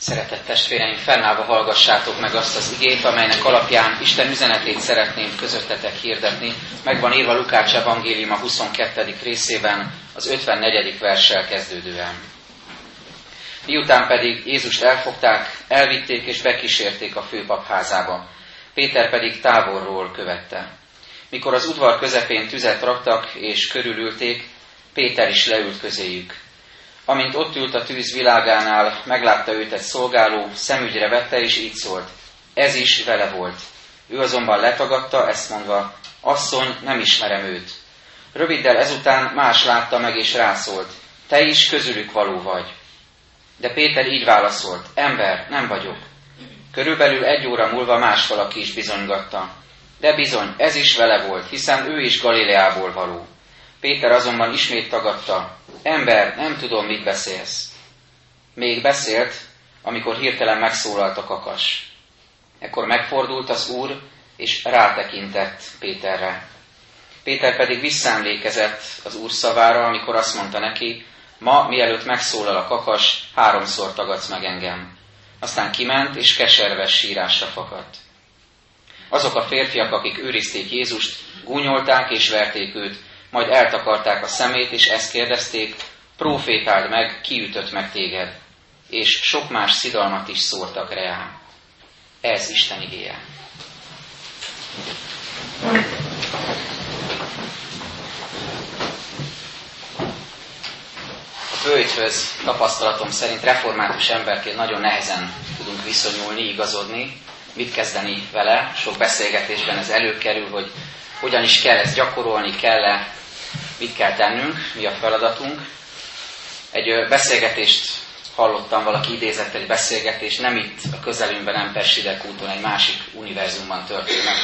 Szeretett testvéreim, fennállva hallgassátok meg azt az igét, amelynek alapján Isten üzenetét szeretném közöttetek hirdetni. Meg van írva Lukács evangéliuma 22. részében, az 54. verssel kezdődően. Miután pedig Jézust elfogták, elvitték és bekísérték a főpap házába. Péter pedig távolról követte. Mikor az udvar közepén tüzet raktak és körülülték, Péter is leült közéjük. Amint ott ült a tűz világánál, meglátta őt egy szolgáló, szemügyre vette, és így szólt: ez is vele volt. Ő azonban letagadta, ezt mondva: asszony, nem ismerem őt. Röviddel ezután más látta meg, és rászólt: te is közülük való vagy. De Péter így válaszolt: ember, nem vagyok. Körülbelül 1 óra múlva más valaki is bizonygatta: de bizony, ez is vele volt, hiszen ő is Galileából való. Péter azonban ismét tagadta: ember, nem tudom, mit beszélsz. Még beszélt, amikor hirtelen megszólalt a kakas. Ekkor megfordult az Úr, és rátekintett Péterre. Péter pedig visszaemlékezett az Úr szavára, amikor azt mondta neki: ma, mielőtt megszólal a kakas, 3-szor tagadsz meg engem. Aztán kiment, és keserves sírásra fakadt. Azok a férfiak, akik őrizték Jézust, gúnyolták és verték őt, majd eltakarták a szemét, és ezt kérdezték: prófétáld meg, ki ütött meg téged? És sok más szidalmat is szórtak reá. Ez Isten igéje. A böjthöz tapasztalatom szerint református emberként nagyon nehezen tudunk viszonyulni, igazodni. Mit kezdeni vele? Sok beszélgetésben ez előkerül, hogy hogyan is kell ezt gyakorolni, kell-e, mit kell tennünk, mi a feladatunk. Egy beszélgetést hallottam, valaki idézett egy beszélgetést, nem itt a közelünkben, nem Pessidek úton, egy másik univerzumban történnek,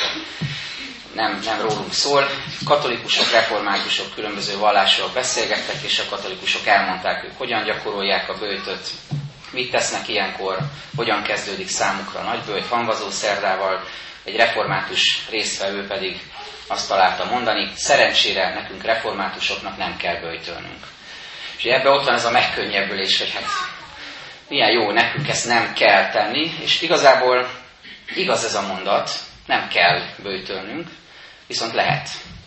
nem rólunk szól. Katolikusok, reformátusok, különböző vallások beszélgettek, és a katolikusok elmondták, ők hogyan gyakorolják a böjtöt, mit tesznek ilyenkor, hogyan kezdődik számukra a nagyböjt, hangazó szerdával. Egy református résztvevő pedig azt találta mondani: szerencsére nekünk reformátusoknak nem kell böjtölnünk. És ebben ott van ez a megkönnyebbülés, hogy hát milyen jó, nekünk ezt nem kell tenni, és igazából igaz ez a mondat, nem kell böjtölnünk, viszont lehet.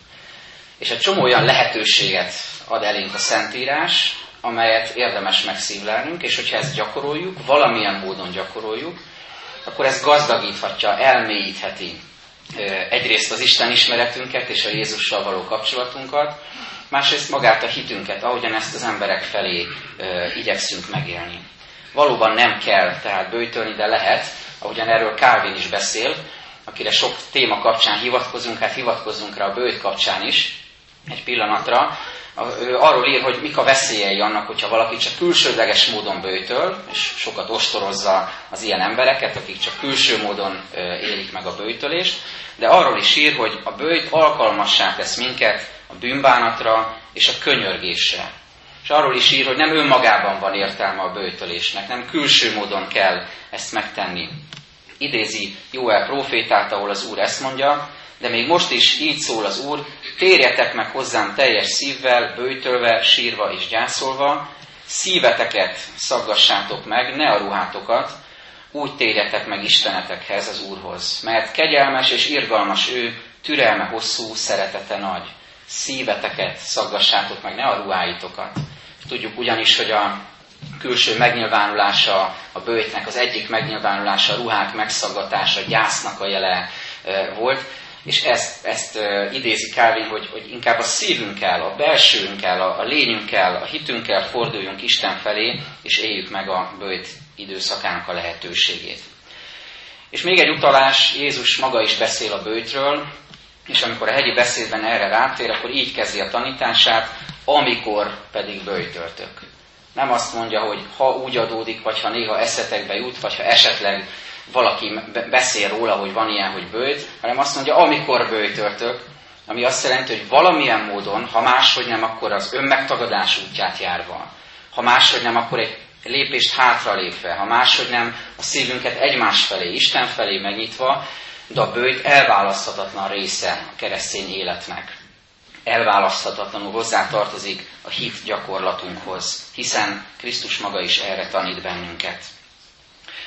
És egy csomó olyan lehetőséget ad elénk a Szentírás, amelyet érdemes megszívlelnünk, és hogyha ezt gyakoroljuk, valamilyen módon gyakoroljuk, akkor ez gazdagíthatja, elmélyítheti egyrészt az Isten ismeretünket és a Jézussal való kapcsolatunkat, másrészt magát a hitünket, ahogyan ezt az emberek felé igyekszünk megélni. Valóban nem kell tehát böjtölni, de lehet, ahogyan erről Calvin is beszél, akire sok téma kapcsán hivatkozunk, hát hivatkozzunk rá a böjt kapcsán is egy pillanatra. Ő arról ír, hogy mik a veszélyei annak, hogyha valaki csak külsődleges módon böjtöl, és sokat ostorozza az ilyen embereket, akik csak külső módon élik meg a böjtölést, de arról is ír, hogy a böjt alkalmassá tesz minket a bűnbánatra és a könyörgésre. És arról is ír, hogy nem önmagában van értelme a böjtölésnek, nem külső módon kell ezt megtenni. Idézi Jóel prófétát, ahol az Úr ezt mondja: de még most is így szól az Úr: térjetek meg hozzám teljes szívvel, böjtölve, sírva és gyászolva, szíveteket szaggassátok meg, ne a ruhátokat, úgy térjetek meg Istenetekhez, az Úrhoz. Mert kegyelmes és irgalmas ő, türelme hosszú, szeretete nagy. Szíveteket szaggassátok meg, ne a ruháitokat. Tudjuk ugyanis, hogy a külső megnyilvánulása a böjtnek, az egyik megnyilvánulása a ruhák megszaggatása, gyásznak a jele volt, és ezt idézi Calvin, hogy inkább a szívünkkel, a belsőnkkel, a lényünkkel, a hitünkkel forduljunk Isten felé, és éljük meg a böjt időszakának a lehetőségét. És még egy utalás, Jézus maga is beszél a böjtről, és amikor a hegyi beszédben erre rátér, akkor így kezdi a tanítását: amikor pedig böjtöltök. Nem azt mondja, hogy ha úgy adódik, vagy ha néha eszetekbe jut, vagy ha esetleg valaki beszél róla, hogy van ilyen, hogy böjt, hanem azt mondja, amikor böjtöltök, ami azt jelenti, hogy valamilyen módon, ha máshogy nem, akkor az önmegtagadás útját járva, ha máshogy nem, akkor egy lépést hátralépve, ha máshogy nem, a szívünket egymás felé, Isten felé megnyitva, de a böjt elválaszthatatlan része a keresztény életnek. Elválaszthatatlanul hozzátartozik a hit gyakorlatunkhoz, hiszen Krisztus maga is erre tanít bennünket.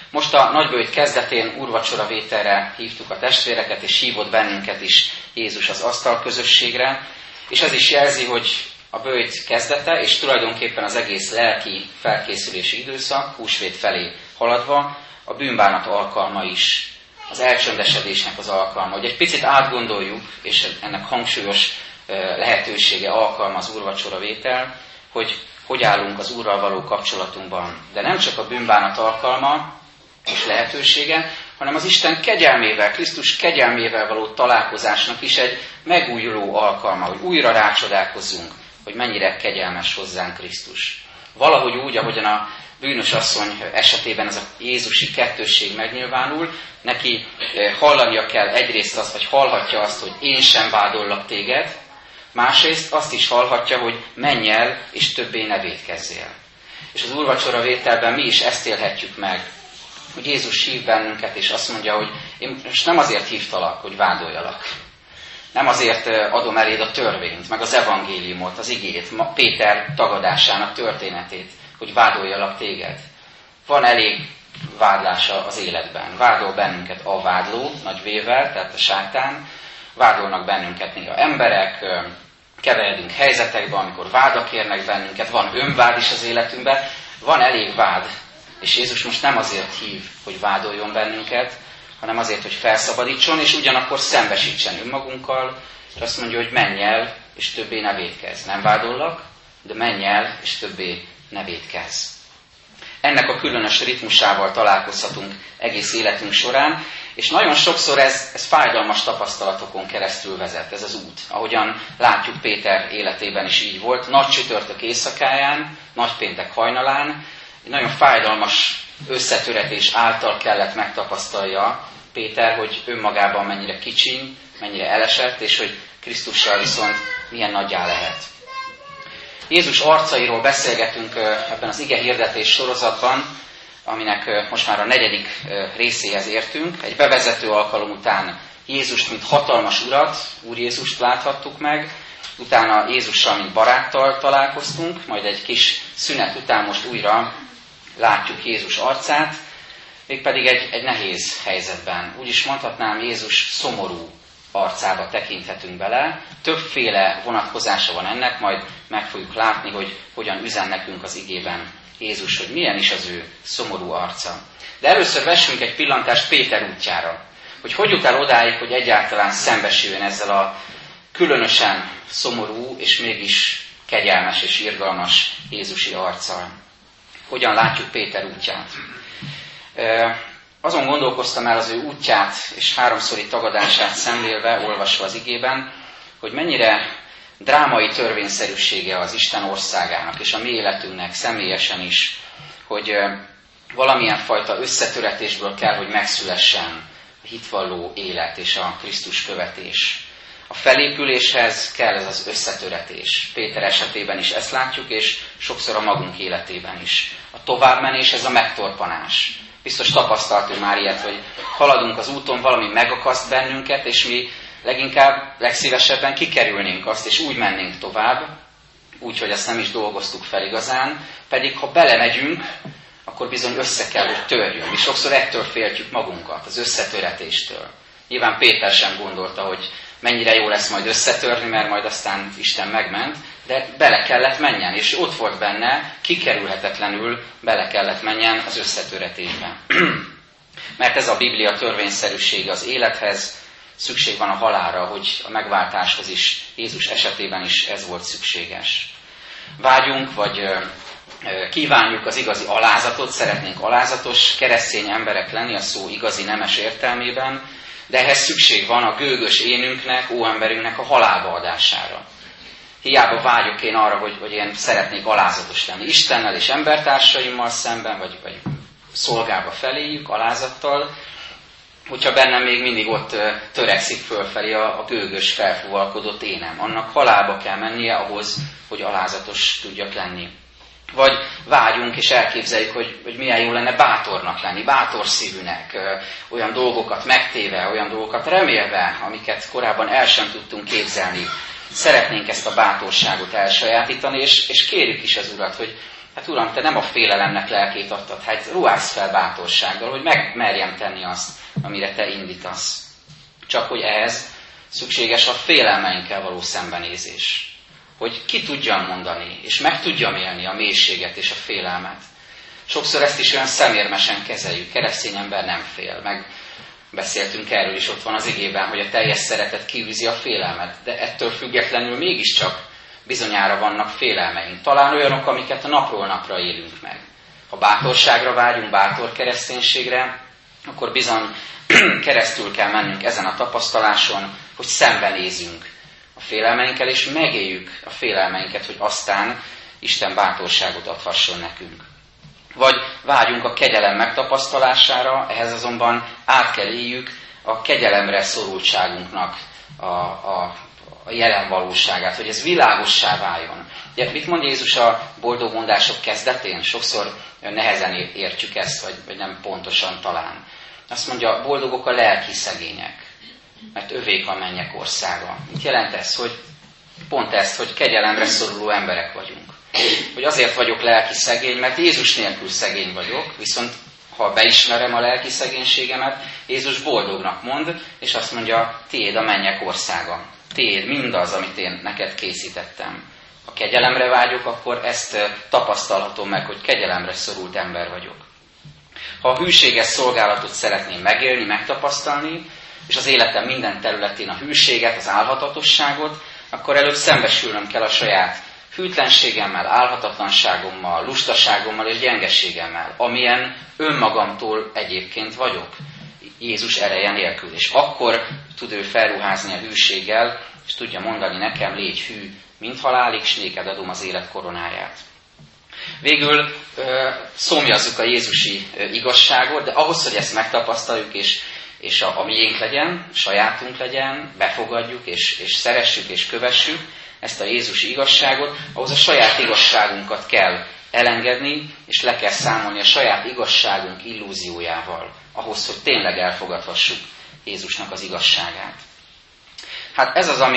Most a nagyböjt kezdetén úrvacsora vételre hívtuk a testvéreket, és hívott bennünket is Jézus az asztalközösségre, és ez is jelzi, hogy a böjt kezdete, és tulajdonképpen az egész lelki felkészülési időszak, húsvét felé haladva, a bűnbánat alkalma is, az elcsöndesedésnek az alkalma. Hogy egy picit átgondoljuk, és ennek hangsúlyos lehetősége, alkalma az úrvacsora vétel, hogy állunk az Úrral való kapcsolatunkban. De nem csak a bűnbánat alkalma és lehetősége, hanem az Isten kegyelmével, Krisztus kegyelmével való találkozásnak is egy megújuló alkalma, hogy újra rácsodálkozzunk, hogy mennyire kegyelmes hozzánk Krisztus. Valahogy úgy, ahogyan a bűnös asszony esetében ez a jézusi kettősség megnyilvánul, neki hallania kell egyrészt azt, vagy hallhatja azt, hogy én sem vádollak téged, másrészt azt is hallhatja, hogy menj el, és többé ne vétkezzél. És az úrvacsora vételben mi is ezt élhetjük meg, hogy Jézus hív bennünket, és azt mondja, hogy én most nem azért hívtalak, hogy vádoljalak. Nem azért adom eléd a törvényt, meg az evangéliumot, az igét, Péter tagadásának történetét, hogy vádoljalak téged. Van elég vádlása az életben. Vádol bennünket a vádló, nagy vével, tehát a sátán. Vádolnak bennünket néha emberek, keveredünk helyzetekbe, amikor vádak érnek bennünket, van önvád is az életünkben, van elég vád. És Jézus most nem azért hív, hogy vádoljon bennünket, hanem azért, hogy felszabadítson, és ugyanakkor szembesítsen önmagunkkal, és azt mondja, hogy menj el, és többé ne vétkezz. Nem vádollak, de menj el, és többé ne vétkezz. Ennek a különös ritmusával találkozhatunk egész életünk során, és nagyon sokszor ez fájdalmas tapasztalatokon keresztül vezet, ez az út. Ahogyan látjuk, Péter életében is így volt. Nagy csütörtök éjszakáján, nagypéntek hajnalán, egy nagyon fájdalmas összetöretés által kellett megtapasztalja Péter, hogy önmagában mennyire kicsiny, mennyire elesett, és hogy Krisztussal viszont milyen nagyjá lehet. Jézus arcairól beszélgetünk ebben az ige hirdetés sorozatban, aminek most már a 4. részéhez értünk. Egy bevezető alkalom után Jézust, mint hatalmas urat, Úr Jézust láthattuk meg, utána Jézussal, mint baráttal találkoztunk, majd egy kis szünet után most újra látjuk Jézus arcát, mégpedig egy nehéz helyzetben. Úgy is mondhatnám, Jézus szomorú arcába tekinthetünk bele. Többféle vonatkozása van ennek, majd meg fogjuk látni, hogy hogyan üzen nekünk az igében Jézus, hogy milyen is az ő szomorú arca. De először vessünk egy pillantást Péter útjára, hogy jut el odáig, hogy egyáltalán szembesüljön ezzel a különösen szomorú és mégis kegyelmes és irgalmas Jézusi arccal. Hogyan látjuk Péter útját? Azon gondolkoztam el az ő útját és háromszori tagadását szemlélve, olvasva az igében, hogy mennyire drámai törvényszerűsége az Isten országának és a mi életünknek személyesen is, hogy valamilyen fajta összetöretésből kell, hogy megszülessen a hitvalló élet és a Krisztus követés. A felépüléshez kell ez az összetöretés. Péter esetében is ezt látjuk, és sokszor a magunk életében is. A továbbmenés, ez a megtorpanás. Biztos tapasztaltunk már ilyet, hogy haladunk az úton, valami megakaszt bennünket, és mi legszívesebben kikerülnénk azt, és úgy mennénk tovább, úgy, hogy ezt nem is dolgoztuk fel igazán, pedig ha belemegyünk, akkor bizony össze kell, hogy törjünk. Mi sokszor ettől féltjük magunkat, az összetöretéstől. Nyilván Péter sem gondolta, hogy mennyire jó lesz majd összetörni, mert majd aztán Isten megment, de bele kellett menjen, és ott volt benne, kikerülhetetlenül bele kellett menjen az összetöretésben. Mert ez a Biblia törvényszerűsége az élethez, szükség van a halálra, hogy a megváltáshoz is, Jézus esetében is ez volt szükséges. Vágyunk, vagy kívánjuk az igazi alázatot, szeretnénk alázatos keresztény emberek lenni a szó igazi nemes értelmében, de ehhez szükség van a gőgös énünknek, óemberünknek a halálba adására. Hiába vágyok én arra, hogy én szeretnék alázatos lenni Istennel és embertársaimmal szemben, vagy szolgálva feléjük, alázattal, hogyha bennem még mindig ott törekszik fölfelé a gőgös, felfúvalkodott énem. Annak halálba kell mennie ahhoz, hogy alázatos tudjak lenni. Vagy vágyunk és elképzeljük, hogy milyen jó lenne bátornak lenni, bátor szívűnek, olyan dolgokat megtéve, olyan dolgokat remélve, amiket korábban el sem tudtunk képzelni. Szeretnénk ezt a bátorságot elsajátítani, és kérjük is az Urat, hogy hát Uram, Te nem a félelemnek lelkét adtad, hát ruházz fel bátorsággal, hogy megmerjem tenni azt, amire Te indítasz. Csak hogy ehhez szükséges a félelmeinkkel való szembenézés. Hogy ki tudjam mondani, és meg tudjam élni a mélységet és a félelmet. Sokszor ezt is olyan szemérmesen kezeljük. Keresztény ember nem fél. Meg beszéltünk erről is, ott van az igében, hogy a teljes szeretet kiűzi a félelmet. De ettől függetlenül mégiscsak bizonyára vannak félelmeink. Talán olyanok, amiket a napról napra élünk meg. Ha bátorságra vágyunk, bátor kereszténységre, akkor bizony keresztül kell mennünk ezen a tapasztaláson, hogy szembenézünk a félelmeinkkel, és megéljük a félelmeinket, hogy aztán Isten bátorságot adhasson nekünk. Vagy vágyunk a kegyelem megtapasztalására, ehhez azonban át kell éljük a kegyelemre szorultságunknak a jelen valóságát, hogy ez világossá váljon. Ugye, mit mond Jézus a boldog mondások kezdetén? Sokszor nehezen értjük ezt, vagy nem pontosan talán. Azt mondja, boldogok a lelki szegények, mert övék a mennyek országa. Mit jelent ez? Hogy pont ezt, hogy kegyelemre szoruló emberek vagyunk. Hogy azért vagyok lelki szegény, mert Jézus nélkül szegény vagyok, viszont ha beismerem a lelki szegénységemet, Jézus boldognak mond, és azt mondja, tiéd a mennyek országa. Tiéd mindaz, amit én neked készítettem. Ha kegyelemre vágyok, akkor ezt tapasztalhatom meg, hogy kegyelemre szorult ember vagyok. Ha a hűséges szolgálatot szeretném megélni, megtapasztalni, és az életem minden területén a hűséget, az álhatatosságot, akkor előbb szembesülnöm kell a saját hűtlenségemmel, álhatatlanságommal, lustaságommal és gyengeségemmel, amilyen önmagamtól egyébként vagyok, Jézus ereje nélkül. És akkor tud ő felruházni a hűséggel, és tudja mondani nekem, légy hű, mint halálig, s néked adom az élet koronáját. Végül szomjazzuk a jézusi igazságot, de ahhoz, hogy ezt megtapasztaljuk, és a miénk legyen, sajátunk legyen, befogadjuk, és szeressük, és kövessük ezt a jézusi igazságot, ahhoz a saját igazságunkat kell elengedni, és le kell számolni a saját igazságunk illúziójával, ahhoz, hogy tényleg elfogadhassuk Jézusnak az igazságát. Hát ez az,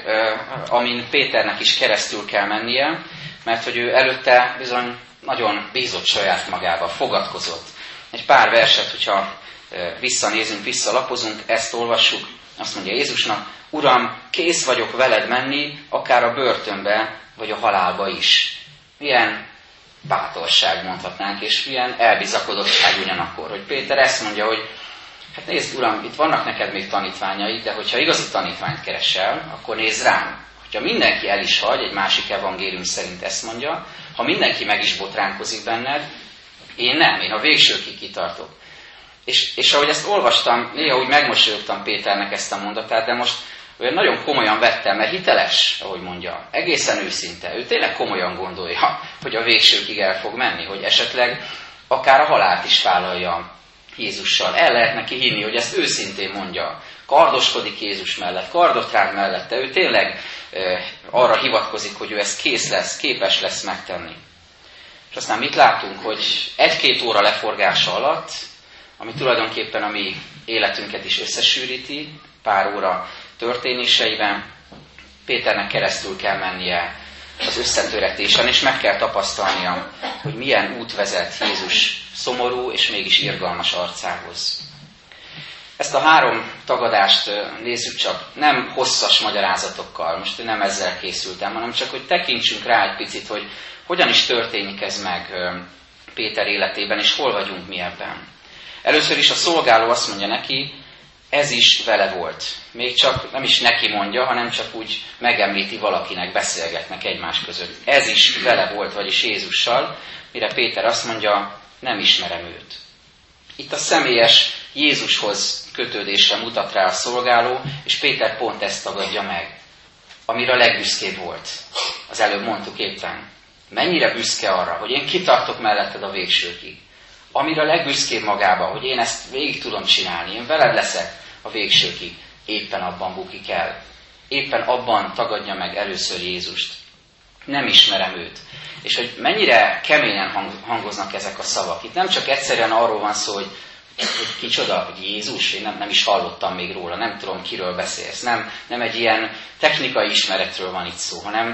amin Péternek is keresztül kell mennie, mert hogy ő előtte bizony nagyon bízott saját magába, fogadkozott. Egy pár verset, hogyha visszanézünk, visszalapozunk, ezt olvassuk, azt mondja Jézusnak, Uram, kész vagyok veled menni, akár a börtönbe, vagy a halálba is. Milyen bátorság mondhatnánk, és milyen elbizakodottság ugyanakkor, hogy Péter ezt mondja, hogy hát nézd, Uram, itt vannak neked még tanítványai, de hogyha igazi tanítványt keresel, akkor nézd rám. Hogyha mindenki el is hagy, egy másik evangélium szerint ezt mondja, ha mindenki meg is botránkozik benned, én nem, én a végsőkig kitartok. És ahogy ezt olvastam, néha úgy megmosolyogtam Péternek ezt a mondatát, de most olyan nagyon komolyan vettem, mert hiteles, ahogy mondja, egészen őszinte. Ő tényleg komolyan gondolja, hogy a végsőkig el fog menni, hogy esetleg akár a halált is vállalja Jézussal. El lehet neki hinni, hogy ezt őszintén mondja. Kardoskodik Jézus mellett, kardot rág mellette. Ő tényleg arra hivatkozik, hogy ő ezt kész lesz, képes lesz megtenni. És aztán mit látunk, hogy 1-2 óra leforgása alatt, ami tulajdonképpen a mi életünket is összesűríti, pár óra történéseiben, Péternek keresztül kell mennie az összetöretésen, és meg kell tapasztalnia, hogy milyen út vezet Jézus szomorú és mégis irgalmas arcához. Ezt a 3 tagadást nézzük csak, nem hosszas magyarázatokkal, most nem ezzel készültem, hanem csak, hogy tekintsünk rá egy picit, hogy hogyan is történik ez meg Péter életében, és hol vagyunk mi ebben. Először is a szolgáló azt mondja neki, ez is vele volt. Még csak nem is neki mondja, hanem csak úgy megemlíti valakinek, beszélgetnek egymás között. Ez is vele volt, vagyis Jézussal, mire Péter azt mondja, nem ismerem őt. Itt a személyes Jézushoz kötődésre mutat rá a szolgáló, és Péter pont ezt tagadja meg, amire a legbüszkébb volt. Az előbb mondtuk éppen. Mennyire büszke arra, hogy én kitartok melletted a végsőkig. Amire a legbüszkébb magába, hogy én ezt végig tudom csinálni, én veled leszek a végsőkig, éppen abban bukik el. Éppen abban tagadja meg először Jézust. Nem ismerem őt. És hogy mennyire keményen hangoznak ezek a szavak. Itt nem csak egyszerűen arról van szó, hogy kicsoda, hogy Jézus, én nem is hallottam még róla, nem tudom, kiről beszélsz. Nem egy ilyen technikai ismeretről van itt szó, hanem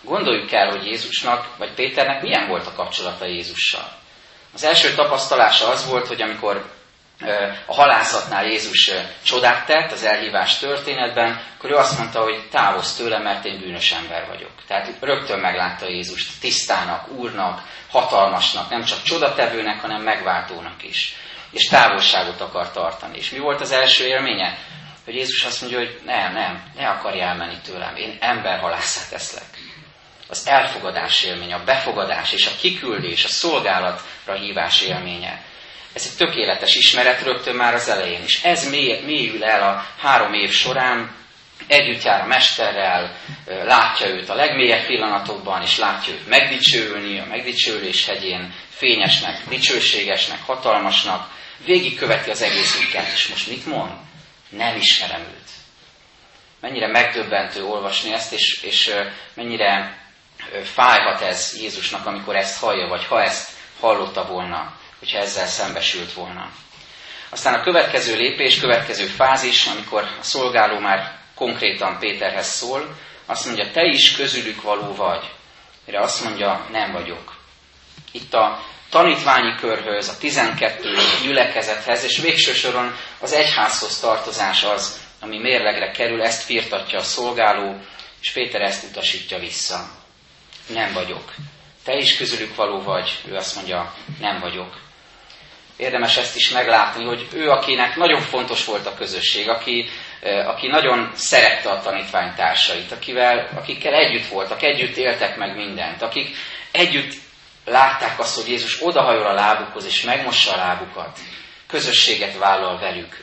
Gondoljuk el, hogy Jézusnak, vagy Péternek milyen volt a kapcsolata Jézussal. Az első tapasztalása az volt, hogy amikor a halászatnál Jézus csodát tett az elhívás történetben, akkor ő azt mondta, hogy távozz tőlem, mert én bűnös ember vagyok. Tehát rögtön meglátta Jézust tisztának, úrnak, hatalmasnak, nem csak csodatevőnek, hanem megváltónak is. És távolságot akar tartani. És mi volt az első élménye? Hogy Jézus azt mondja, hogy ne akarj elmenni tőlem, én emberhalásszá teszlek. Az elfogadás élménye, a befogadás és a kiküldés, a szolgálatra hívás élménye. Ez egy tökéletes ismeret rögtön már az elején is. Ez mélyül el a 3 év során, együtt jár a Mesterrel, látja őt a legmélyebb pillanatokban, és látja őt megdicsőülni a megdicsőülés hegyén, fényesnek, dicsőségesnek, hatalmasnak, végigköveti az egész útját, és most mit mond? Nem ismerem őt. Mennyire megdöbbentő olvasni ezt, és mennyire fájhat ez Jézusnak, amikor ezt hallja, vagy ha ezt hallotta volna, hogyha ezzel szembesült volna. Aztán a következő lépés, következő fázis, amikor a szolgáló már konkrétan Péterhez szól, azt mondja, te is közülük való vagy. Mire azt mondja, nem vagyok. Itt a tanítványi körhöz, a 12 gyülekezethez, és végső soron az egyházhoz tartozás az, ami mérlegre kerül, ezt firtatja a szolgáló, és Péter ezt utasítja vissza. Nem vagyok. Te is közülük való vagy, ő azt mondja, nem vagyok. Érdemes ezt is meglátni, hogy ő, akinek nagyon fontos volt a közösség, aki nagyon szerette a tanítványtársait, akikkel együtt voltak, együtt éltek meg mindent, akik együtt látták azt, hogy Jézus odahajol a lábukhoz, és megmossa a lábukat, közösséget vállal velük,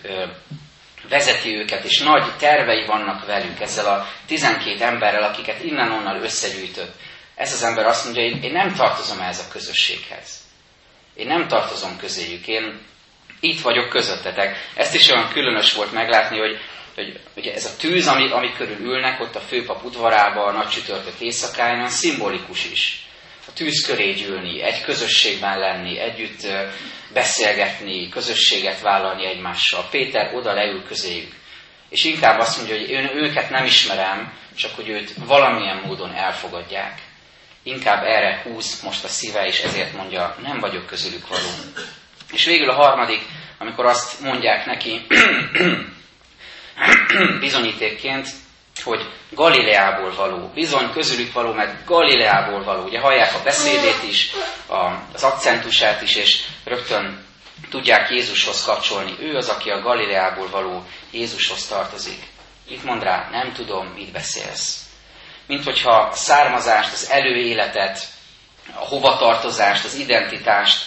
vezeti őket, és nagy tervei vannak velük ezzel a 12 emberrel, akiket innen-onnan összegyűjtött. Ez az ember azt mondja, én nem tartozom ehhez a közösséghez. Én nem tartozom közéjük, én itt vagyok közöttetek. Ezt is olyan különös volt meglátni, hogy ez a tűz, ami körül ülnek ott a főpap udvarában, a nagy csütörtök éjszakáján, szimbolikus is. A tűz köré gyűlni, egy közösségben lenni, együtt beszélgetni, közösséget vállalni egymással. Péter oda leül közéjük. És inkább azt mondja, hogy én őket nem ismerem, csak hogy őt valamilyen módon elfogadják. Inkább erre húz most a szíve, és ezért mondja, nem vagyok közülük való. És végül a harmadik, amikor azt mondják neki bizonyítékként, hogy Galileából való. Bizony közülük való, mert Galileából való. Ugye hallják a beszédét is, az akcentusát is, és rögtön tudják Jézushoz kapcsolni. Ő az, aki a Galileából való Jézushoz tartozik. Itt mond rá, nem tudom, mit beszélsz. Mint hogyha a származást, az előéletet, a hovatartozást, az identitást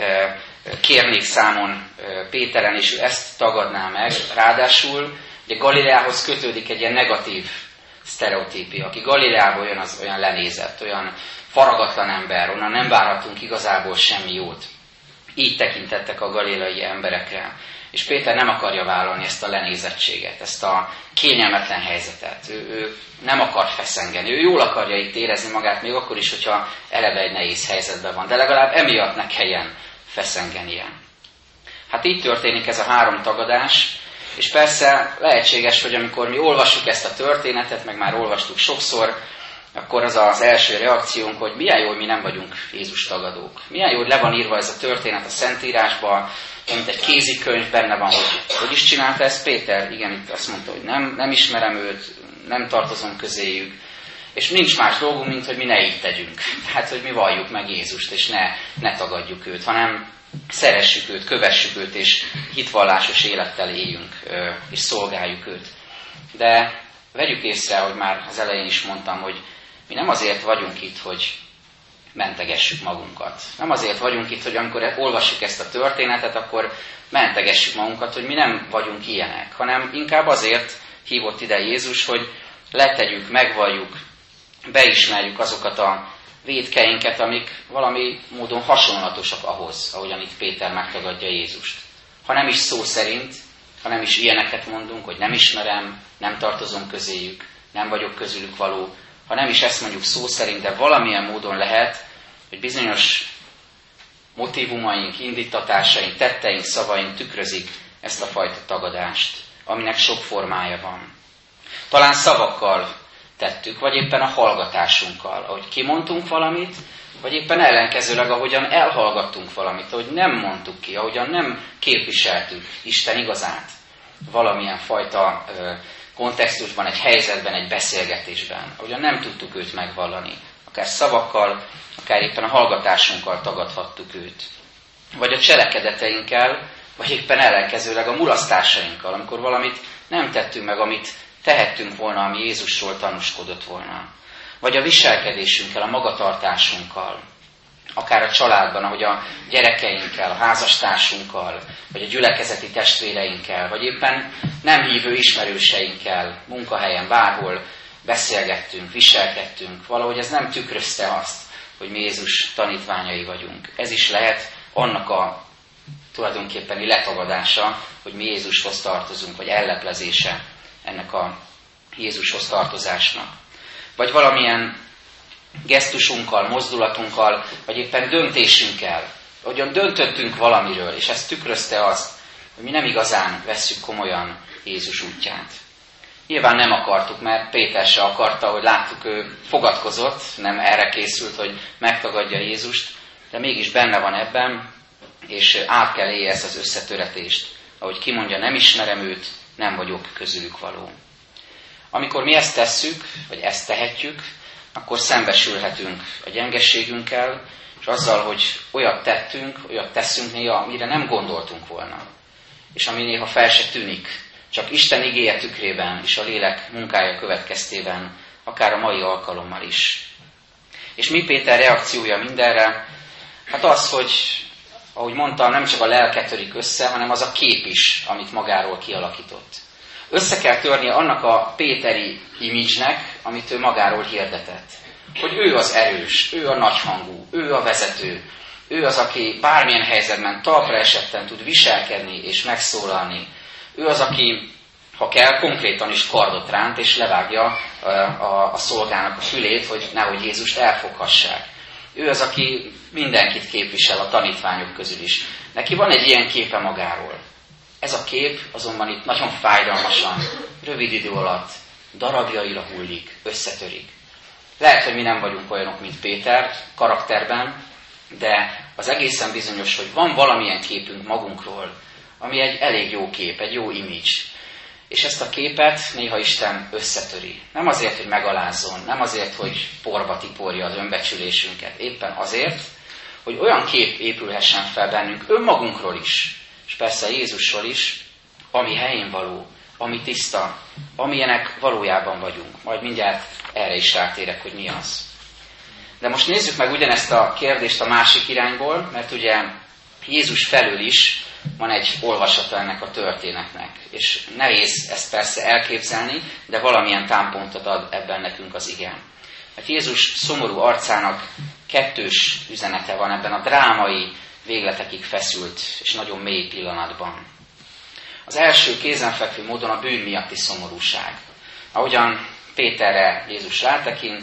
kérnék számon Péteren, és ő ezt tagadná meg. Ráadásul ugye Galileához kötődik egy ilyen negatív sztereotípia. Aki Galileából jön, az olyan lenézett, olyan faragatlan ember, onnan nem várhatunk igazából semmi jót. Így tekintettek a galileai emberekre. És Péter nem akarja vállalni ezt a lenézettséget, ezt a kényelmetlen helyzetet. Ő nem akar feszengeni, ő jól akarja itt érezni magát, még akkor is, hogyha eleve egy nehéz helyzetben van. De legalább emiatt ne kelljen feszengenie. Hát így történik ez a 3 tagadás, és persze lehetséges, hogy amikor mi olvassuk ezt a történetet, meg már olvastuk sokszor, akkor az az első reakciónk, hogy milyen jó, hogy mi nem vagyunk Jézus tagadók. Milyen jó, hogy le van írva ez a történet a Szentírásban, mint egy kézikönyv, benne van, hogy is csinálta ezt Péter? Igen, itt azt mondta, hogy nem ismerem őt, nem tartozom közéjük, és nincs más dolgunk, mint hogy mi ne így tegyünk. Tehát, hogy mi valljuk meg Jézust, és ne tagadjuk őt, hanem szeressük őt, kövessük őt, és hitvallásos élettel éljünk, és szolgáljuk őt. De vegyük észre, hogy már az elején is mondtam, hogy mi nem azért vagyunk itt, hogy mentegessük magunkat. Nem azért vagyunk itt, hogy amikor olvassuk ezt a történetet, akkor mentegessük magunkat, hogy mi nem vagyunk ilyenek, hanem inkább azért hívott ide Jézus, hogy letegyük, megvalljuk, beismerjük azokat a vétkeinket, amik valami módon hasonlatosak ahhoz, ahogyan itt Péter megtagadja Jézust. Ha nem is szó szerint, ha nem is ilyeneket mondunk, hogy nem ismerem, nem tartozom közéjük, nem vagyok közülük való, ha nem is ezt mondjuk szó szerint, de valamilyen módon lehet, hogy bizonyos motivumaink, indítatásaink, tetteink, szavaink tükrözik ezt a fajta tagadást, aminek sok formája van. Talán szavakkal tettük, vagy éppen a hallgatásunkkal, ahogy kimondtunk valamit, vagy éppen ellenkezőleg, ahogyan elhallgattunk valamit, ahogy nem mondtuk ki, ahogyan nem képviseltük Isten igazát valamilyen fajta kontextusban, egy helyzetben, egy beszélgetésben, ahogyan nem tudtuk őt megvallani. Akár szavakkal, akár éppen a hallgatásunkkal tagadhattuk őt. Vagy a cselekedeteinkkel, vagy éppen ellenkezőleg a mulasztásainkkal, amikor valamit nem tettünk meg, amit tehettünk volna, ami Jézusról tanúskodott volna. Vagy a viselkedésünkkel, a magatartásunkkal, akár a családban, ahogy a gyerekeinkkel, a házastársunkkal, vagy a gyülekezeti testvéreinkkel, vagy éppen nem hívő ismerőseinkkel, munkahelyen, bárhol beszélgettünk, viselkedtünk. Valahogy ez nem tükrözte azt, hogy mi Jézus tanítványai vagyunk. Ez is lehet annak a tulajdonképpeni letagadása, hogy mi Jézushoz tartozunk, vagy elleplezése ennek a Jézushoz tartozásnak. Vagy valamilyen gesztusunkkal, mozdulatunkkal, vagy éppen döntésünkkel, ahogyan döntöttünk valamiről, és ez tükrözte azt, hogy mi nem igazán vesszük komolyan Jézus útját. Nyilván nem akartuk, mert Péter se akarta, hogy láttuk, ő fogadkozott, nem erre készült, hogy megtagadja Jézust, de mégis benne van ebben, és át kell élje ezt az összetöretést. Ahogy kimondja, nem ismerem őt, nem vagyok közülük való. Amikor mi ezt tesszük, vagy ezt tehetjük, akkor szembesülhetünk a gyengességünkkel, és azzal, hogy olyat tettünk, olyat teszünk néha, amire nem gondoltunk volna. És ami néha fel se tűnik, csak Isten igéje tükrében és a lélek munkája következtében, akár a mai alkalommal is. És mi Péter reakciója mindenre? Hát az, hogy, ahogy mondtam, nem csak a lelke törik össze, hanem az a kép is, amit magáról kialakított. Össze kell törnie annak a péteri imidzsnek, amit ő magáról hirdetett. Hogy ő az erős, ő a nagyhangú, ő a vezető, ő az, aki bármilyen helyzetben talpra esetten tud viselkedni és megszólalni. Ő az, aki, ha kell, konkrétan is kardot ránt és levágja a szolgának a fülét, hogy nehogy Jézust elfoghassák. Ő az, aki mindenkit képvisel a tanítványok közül is. Neki van egy ilyen képe magáról. Ez a kép azonban itt nagyon fájdalmasan, rövid idő alatt, darabjaira hullik, összetörik. Lehet, hogy mi nem vagyunk olyanok, mint Péter karakterben, de az egészen bizonyos, hogy van valamilyen képünk magunkról, ami egy elég jó kép, egy jó image. És ezt a képet néha Isten összetöri. Nem azért, hogy megalázzon, nem azért, hogy porba tiporja az önbecsülésünket, éppen azért, hogy olyan kép épülhessen fel bennünk önmagunkról is, és persze Jézusról is, ami helyén való, ami tiszta, amilyenek valójában vagyunk. Majd mindjárt erre is rátérek, hogy mi az. De most nézzük meg ugyanezt a kérdést a másik irányból, mert ugye Jézus felől is van egy olvasata ennek a történetnek. És nehéz ezt persze elképzelni, de valamilyen támpontot ad ebben nekünk az ige. Mert Jézus szomorú arcának kettős üzenete van ebben a drámai, végletekig feszült és nagyon mély pillanatban. Az első kézenfekvő módon a bűn miatti szomorúság. Ahogyan Péterre Jézus rátekint,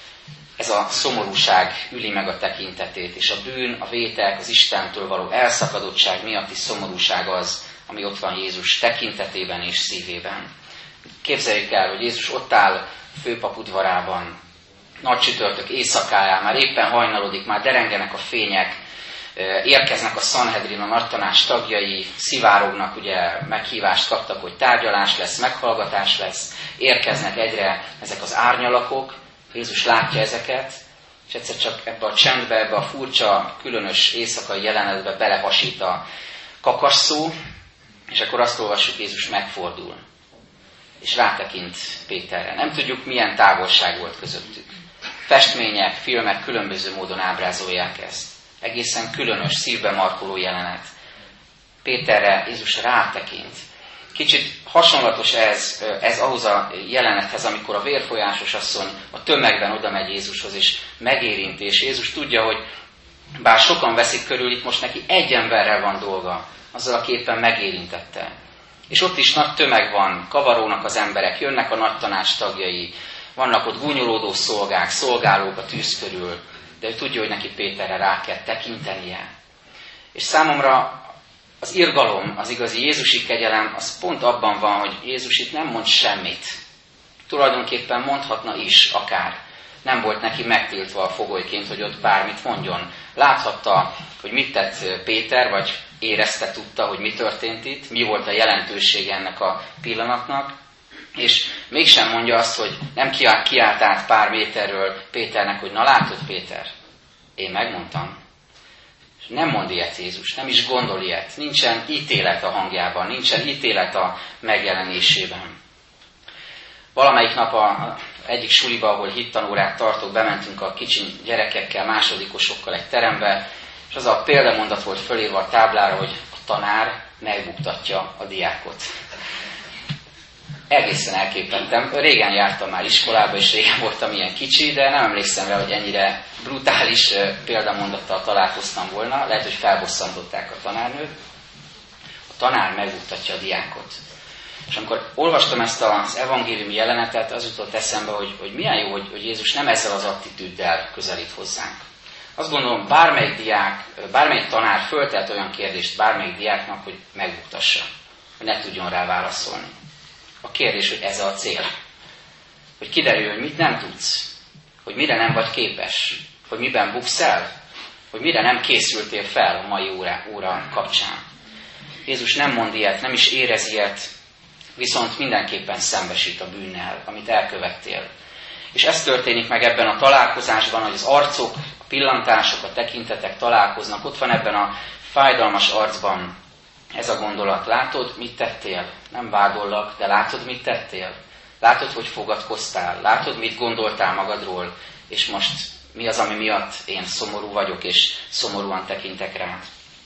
ez a szomorúság üli meg a tekintetét, és a bűn, a vétek, az Istentől való elszakadottság miatti szomorúság az, ami ott van Jézus tekintetében és szívében. Képzeljük el, hogy Jézus ott áll főpap udvarában, nagy csütörtök éjszakáján, már éppen hajnalodik, már derengenek a fények, érkeznek a Sanhedrin, a nagytanács tagjai, szivárognak, ugye meghívást kaptak, hogy tárgyalás lesz, meghallgatás lesz, érkeznek egyre ezek az árnyalakok, Jézus látja ezeket, és egyszer csak ebbe a csendbe, ebbe a furcsa, különös éjszakai jelenetbe belehasít a kakasszó, és akkor azt olvassuk, Jézus megfordul, és rátekint Péterre. Nem tudjuk, milyen távolság volt közöttük. Festmények, filmek különböző módon ábrázolják ezt. Egészen különös, szívbe markoló jelenet. Péterre Jézus rátekint. Kicsit hasonlatos ez ahhoz a jelenethez, amikor a vérfolyásos asszony a tömegben oda megy Jézushoz, és megérinti. És Jézus tudja, hogy bár sokan veszik körül, itt most neki egy emberrel van dolga, azzal a képen megérintette. És ott is nagy tömeg van, kavarónak az emberek, jönnek a nagy tanács tagjai, vannak ott gúnyolódó szolgák, szolgálók a tűz körül, de ő tudja, hogy neki Péterre rá kell tekintenie. És számomra az irgalom, az igazi Jézusi kegyelem, az pont abban van, hogy Jézus itt nem mond semmit. Tulajdonképpen mondhatna is akár. Nem volt neki megtiltva a fogolyként, hogy ott bármit mondjon. Láthatta, hogy mit tett Péter, vagy érezte, tudta, hogy mi történt itt, mi volt a jelentősége ennek a pillanatnak, és mégsem mondja azt, hogy nem kiált át pár méterről Péternek, hogy na látod Péter, én megmondtam. És nem mond ilyet Jézus, nem is gondol ilyet. Nincsen ítélet a hangjában, nincsen ítélet a megjelenésében. Valamelyik nap egyik suliba, ahol hittanórát tartok, bementünk a kicsi gyerekekkel, másodikosokkal egy terembe, és az a példamondat volt fölírva a táblára, hogy a tanár megbuktatja a diákot. Egészen elképettem. Régen jártam már iskolába, és régen voltam ilyen kicsi, de nem emlékszem rá, hogy ennyire brutális példamondattal találkoztam volna. Lehet, hogy felbosszantották a tanárnőt. A tanár megbuktatja a diákot. És amikor olvastam ezt az evangéliumi jelenetet, az jutott eszembe, hogy milyen jó, hogy Jézus nem ezzel az attitűddel közelít hozzánk. Azt gondolom, bármelyik tanár föltelt olyan kérdést bármelyik diáknak, hogy megbuktassa, hogy ne tudjon rá válaszolni. A kérdés, hogy ez a cél. Hogy kiderül, hogy mit nem tudsz, hogy mire nem vagy képes, hogy miben buksz el, hogy mire nem készültél fel a mai óra kapcsán. Jézus nem mond ilyet, nem is érez ilyet, viszont mindenképpen szembesít a bűnnel, amit elkövettél. És ez történik meg ebben a találkozásban, hogy az arcok, a pillantások, a tekintetek találkoznak. Ott van ebben a fájdalmas arcban ez a gondolat. Látod, mit tettél? Nem vádollak, de látod, mit tettél? Látod, hogy fogadkoztál? Látod, mit gondoltál magadról? És most mi az, ami miatt én szomorú vagyok, és szomorúan tekintek rád?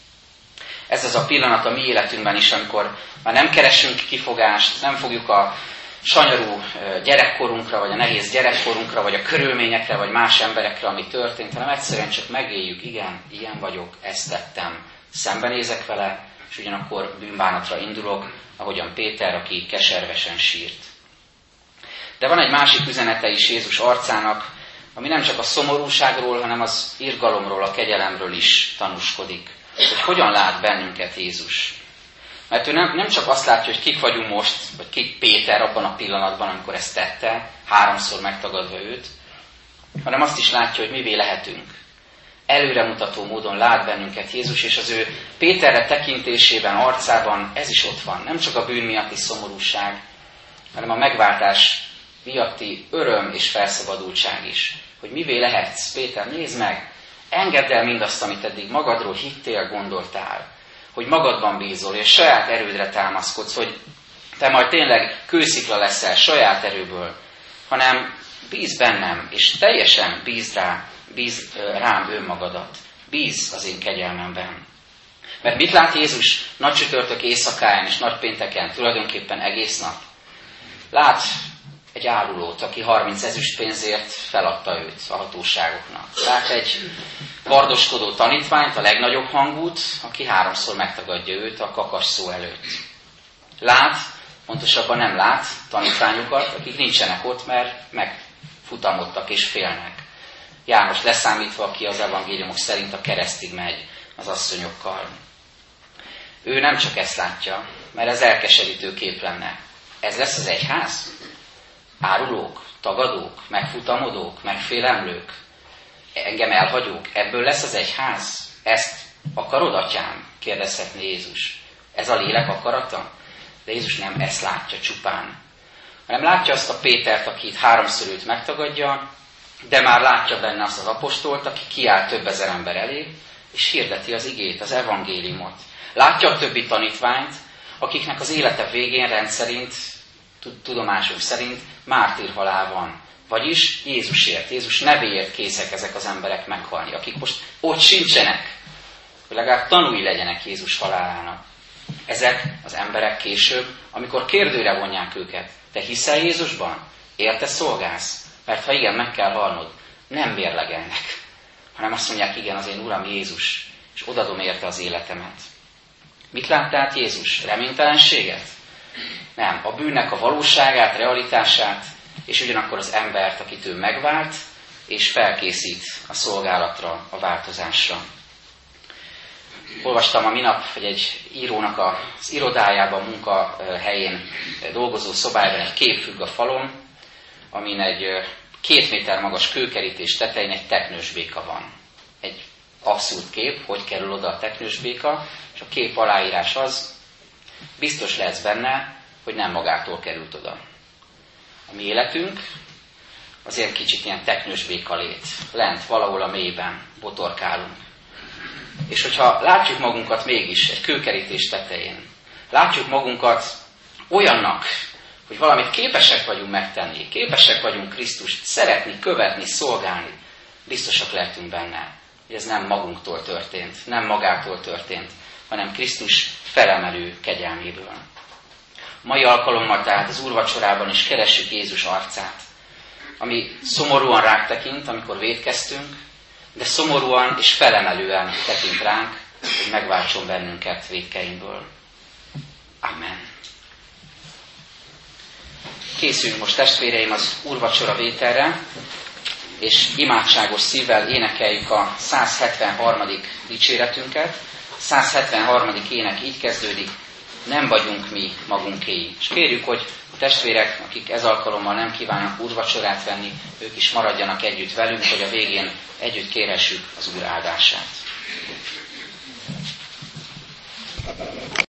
Ez az a pillanat a mi életünkben is, amikor már nem keresünk kifogást, nem fogjuk a sanyarú gyerekkorunkra, vagy a nehéz gyerekkorunkra, vagy a körülményekre, vagy más emberekre, ami történt, hanem egyszerűen csak megéljük, igen, ilyen vagyok, ezt tettem. Szembenézek vele, és ugyanakkor bűnbánatra indulok, ahogyan Péter, aki keservesen sírt. De van egy másik üzenete is Jézus arcának, ami nem csak a szomorúságról, hanem az irgalomról, a kegyelemről is tanúskodik. Hogy hogyan lát bennünket Jézus. Mert ő nem csak azt látja, hogy kik vagyunk most, vagy kik Péter abban a pillanatban, amikor ezt tette, 3-szor megtagadva őt, hanem azt is látja, hogy mivé lehetünk. Előremutató módon lát bennünket Jézus, és az ő Péterre tekintésében, arcában ez is ott van. Nem csak a bűn miatti szomorúság, hanem a megváltás miatti öröm és felszabadultság is. Hogy mivé lehetsz, Péter, nézd meg, engedd el mindazt, amit eddig magadról hittél, gondoltál. Hogy magadban bízol, és saját erődre támaszkodsz, hogy te majd tényleg kőszikla leszel saját erőből, hanem bíz bennem, és teljesen bíz rám önmagadat. Bíz az én kegyelmemben. Mert mit lát Jézus nagy csütörtök éjszakáján és nagy pénteken, tulajdonképpen egész nap? Lát egy árulót, aki 30 ezüstpénzért feladta őt a hatóságoknak. Lát egy vardoskodó tanítványt, a legnagyobb hangút, aki 3-szor megtagadja őt a kakas szó előtt. Lát, pontosabban nem lát tanítványokat, akik nincsenek ott, mert megfutamodtak és félnek. János leszámítva, aki az evangéliumok szerint a keresztig megy az asszonyokkal. Ő nem csak ezt látja, mert ez elkeserítő kép lenne. Ez lesz az egyház? Árulók, tagadók, megfutamodók, megfélemlők, engem elhagyók, ebből lesz az egyház? Ezt akarod, atyám? Kérdezhetné Jézus. Ez a lélek akarata? De Jézus nem ezt látja csupán, hanem látja azt a Pétert, aki itt 3-szor őt megtagadja, de már látja benne azt az apostolt, aki kiáll több ezer ember elé, és hirdeti az igét, az evangéliumot. Látja a többi tanítványt, akiknek az élete végén rendszerint, tudomásunk szerint mártírhalál van. Vagyis Jézusért, Jézus nevéért készek ezek az emberek meghalni, akik most ott sincsenek, hogy legalább tanúi legyenek Jézus halálának. Ezek az emberek később, amikor kérdőre vonják őket, te hiszel Jézusban? Érte szolgálsz? Mert ha igen, meg kell halnod. Nem mérlegelnek, hanem azt mondják, igen, az én Uram Jézus, és odadom érte az életemet. Mit lát tehát Jézus? Reménytelenséget? Nem, a bűnnek a valóságát, realitását, és ugyanakkor az embert, akit ő megvált, és felkészít a szolgálatra, a változásra. Olvastam a minap, hogy egy írónak az irodájában, munkahelyén dolgozó szobájában egy kép függ a falon, amin egy 2 méter magas kőkerítés tetején egy teknős béka van. Egy abszurd kép, hogy kerül oda a teknős béka, és a kép aláírás az, biztos lehetsz benne, hogy nem magától került oda. A mi életünk azért kicsit ilyen teknős béka lét. Lent, valahol a mélyben botorkálunk. És hogyha látjuk magunkat mégis egy kőkerítés tetején, látjuk magunkat olyannak, hogy valamit képesek vagyunk megtenni, képesek vagyunk Krisztust szeretni, követni, szolgálni, biztosak lehetünk benne, hogy ez nem magunktól történt, nem magától történt, hanem Krisztus felemelő kegyelméből. Mai alkalommal tehát az úrvacsorában is keressük Jézus arcát, ami szomorúan ránk tekint, amikor vétkeztünk, de szomorúan és felemelően tekint ránk, hogy megváltson bennünket vétkeinkből. Amen. Készüljünk most, testvéreim, az úrvacsora vételre, és imádságos szívvel énekeljük a 173. dicséretünket. 173. ének így kezdődik: nem vagyunk mi magunkéi. És kérjük, hogy a testvérek, akik ez alkalommal nem kívánnak úrvacsorát venni, ők is maradjanak együtt velünk, hogy a végén együtt kérhessük az Úr áldását.